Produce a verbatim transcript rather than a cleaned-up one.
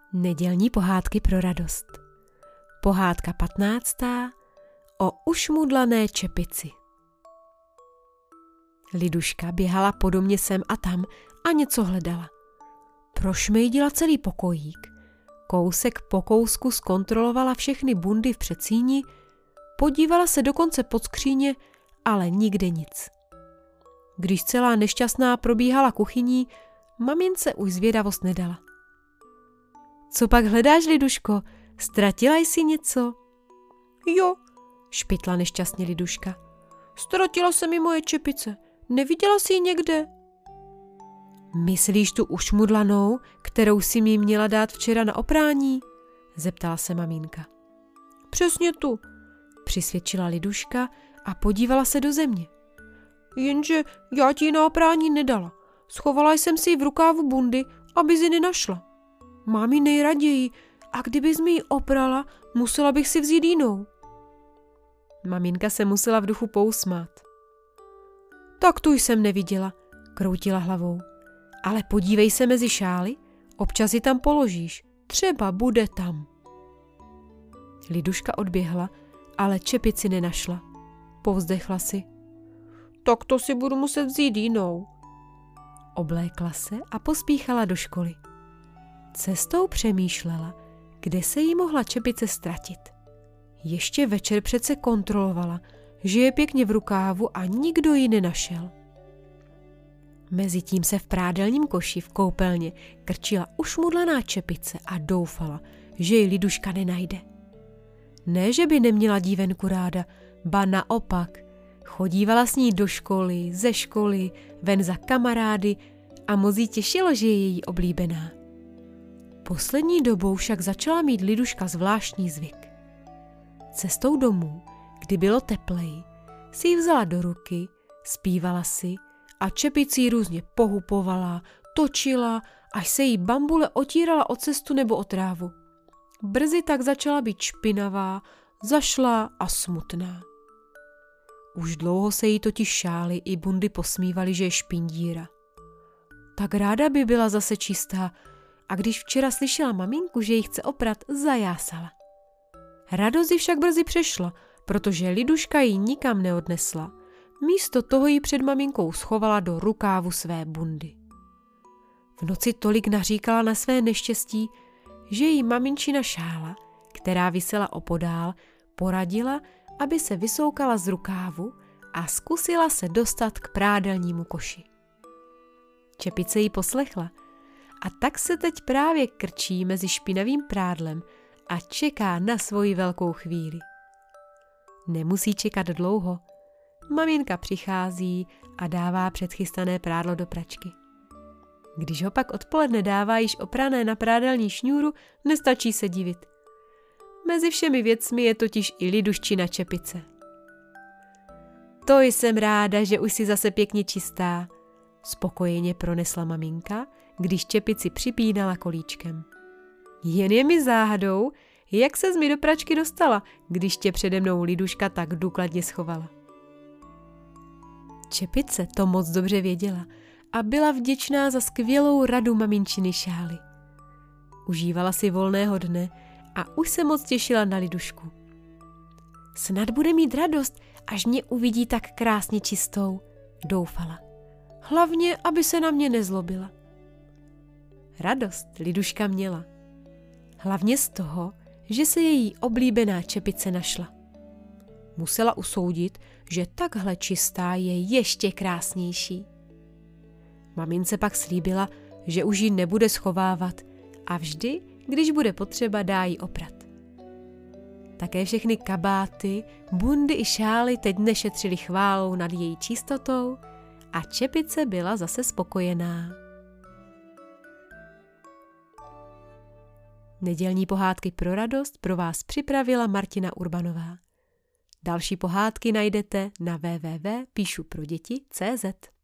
Nedělní pohádky pro radost. Pohádka patnáctá. O ušmudlané čepici. Liduška běhala po domě sem a tam a něco hledala. Prošmejdila celý pokojík. Kousek po kousku zkontrolovala všechny bundy v předsíni, podívala se dokonce pod skříně, ale nikde nic. Když celá nešťastná probíhala kuchyní, mamince už zvědavost nedala. Co pak hledáš, Liduško? Ztratila jsi něco? Jo, špitla nešťastně Liduška. Ztratila se mi moje čepice. Neviděla jsi ji někde? Myslíš tu ušmudlanou, kterou jsi mi měla dát včera na oprání? Zeptala se maminka. Přesně tu, přisvědčila Liduška a podívala se do země. Jenže já ti ji na oprání nedala. Schovala jsem si ji v rukávu bundy, aby ji nenašla. Mám ji nejraději a kdybys mi ji oprala, musela bych si vzít jinou. Maminka se musela v duchu pousmát. Tak tu jsem neviděla, kroutila hlavou. Ale podívej se mezi šály, občas ji tam položíš, třeba bude tam. Liduška odběhla, ale čepici nenašla. Povzdechla si. Tak to si budu muset vzít jinou. Oblékla se a pospíchala do školy. Cestou přemýšlela, kde se jí mohla čepice ztratit. Ještě večer přece kontrolovala, že je pěkně v rukávu a nikdo ji nenašel. Mezitím se v prádelním koši v koupelně krčila ušmudlaná čepice a doufala, že ji Liduška nenajde. Ne, že by neměla dívenku ráda, ba naopak. Chodívala s ní do školy, ze školy, ven za kamarády a moc jí těšilo, že je její oblíbená. Poslední dobou však začala mít Liduška zvláštní zvyk. Cestou domů, kdy bylo tepleji, si ji vzala do ruky, zpívala si a čepici různě pohupovala, točila, až se jí bambule otírala o cestu nebo o trávu. Brzy tak začala být špinavá, zašlá a smutná. Už dlouho se jí totiž šály i bundy posmívaly, že je špindíra. Tak ráda by byla zase čistá a když včera slyšela maminku, že ji chce oprat, zajásala. Radost ji však brzy přešla, protože Liduška ji nikam neodnesla. Místo toho ji před maminkou schovala do rukávu své bundy. V noci tolik naříkala na své neštěstí, že jí maminčina šála, která visela opodál, poradila, aby se vysoukala z rukávu a zkusila se dostat k prádelnímu koši. Čepice jí poslechla a tak se teď právě krčí mezi špinavým prádlem a čeká na svoji velkou chvíli. Nemusí čekat dlouho. Maminka přichází a dává předchystané prádlo do pračky. Když ho pak odpoledne dává již oprané na prádelní šňůru, nestačí se divit. Mezi všemi věcmi je totiž i Liduščina čepice. To jsem ráda, že už si zase pěkně čistá, spokojeně pronesla maminka, když čepici připínala kolíčkem. Jen je mi záhadou, jak ses mi do pračky dostala, když tě přede mnou Liduška tak důkladně schovala. Čepice to moc dobře věděla a byla vděčná za skvělou radu maminčiny šály. Užívala si volného dne a už se moc těšila na Lidušku. Snad bude mít radost, až mě uvidí tak krásně čistou, doufala. Hlavně, aby se na mě nezlobila. Radost Liduška měla. Hlavně z toho, že se její oblíbená čepice našla. Musela usoudit, že takhle čistá je ještě krásnější. Mamince pak slíbila, že už ji nebude schovávat a vždy, když bude potřeba, dá ji oprat. Také všechny kabáty, bundy i šály teď nešetřily chválou nad její čistotou a čepice byla zase spokojená. Nedělní pohádky pro radost pro vás připravila Martina Urbanová. Další pohádky najdete na w w w tečka píšu pro děti tečka cé zet.